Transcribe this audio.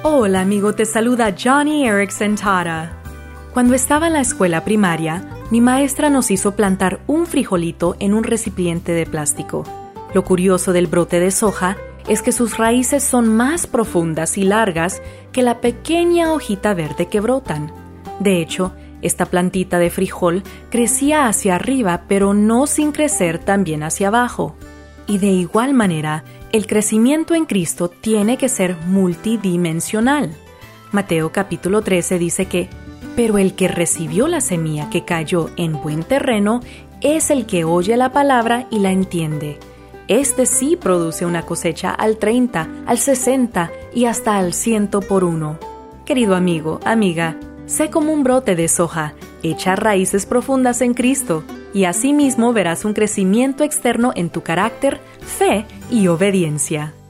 Hola amigo, te saluda Johnny Erickson Tara. Cuando estaba en la escuela primaria, mi maestra nos hizo plantar un frijolito en un recipiente de plástico. Lo curioso del brote de soja es que sus raíces son más profundas y largas que la pequeña hojita verde que brotan. De hecho, esta plantita de frijol crecía hacia arriba, pero no sin crecer también hacia abajo. Y de igual manera, el crecimiento en Cristo tiene que ser multidimensional. Mateo capítulo 13 dice que «Pero el que recibió la semilla que cayó en buen terreno es el que oye la palabra y la entiende. Este sí produce una cosecha al 30, al 60 y hasta al 100 por uno». Querido amigo, amiga, sé como un brote de soja, echa raíces profundas en Cristo, y asimismo verás un crecimiento externo en tu carácter, fe y obediencia.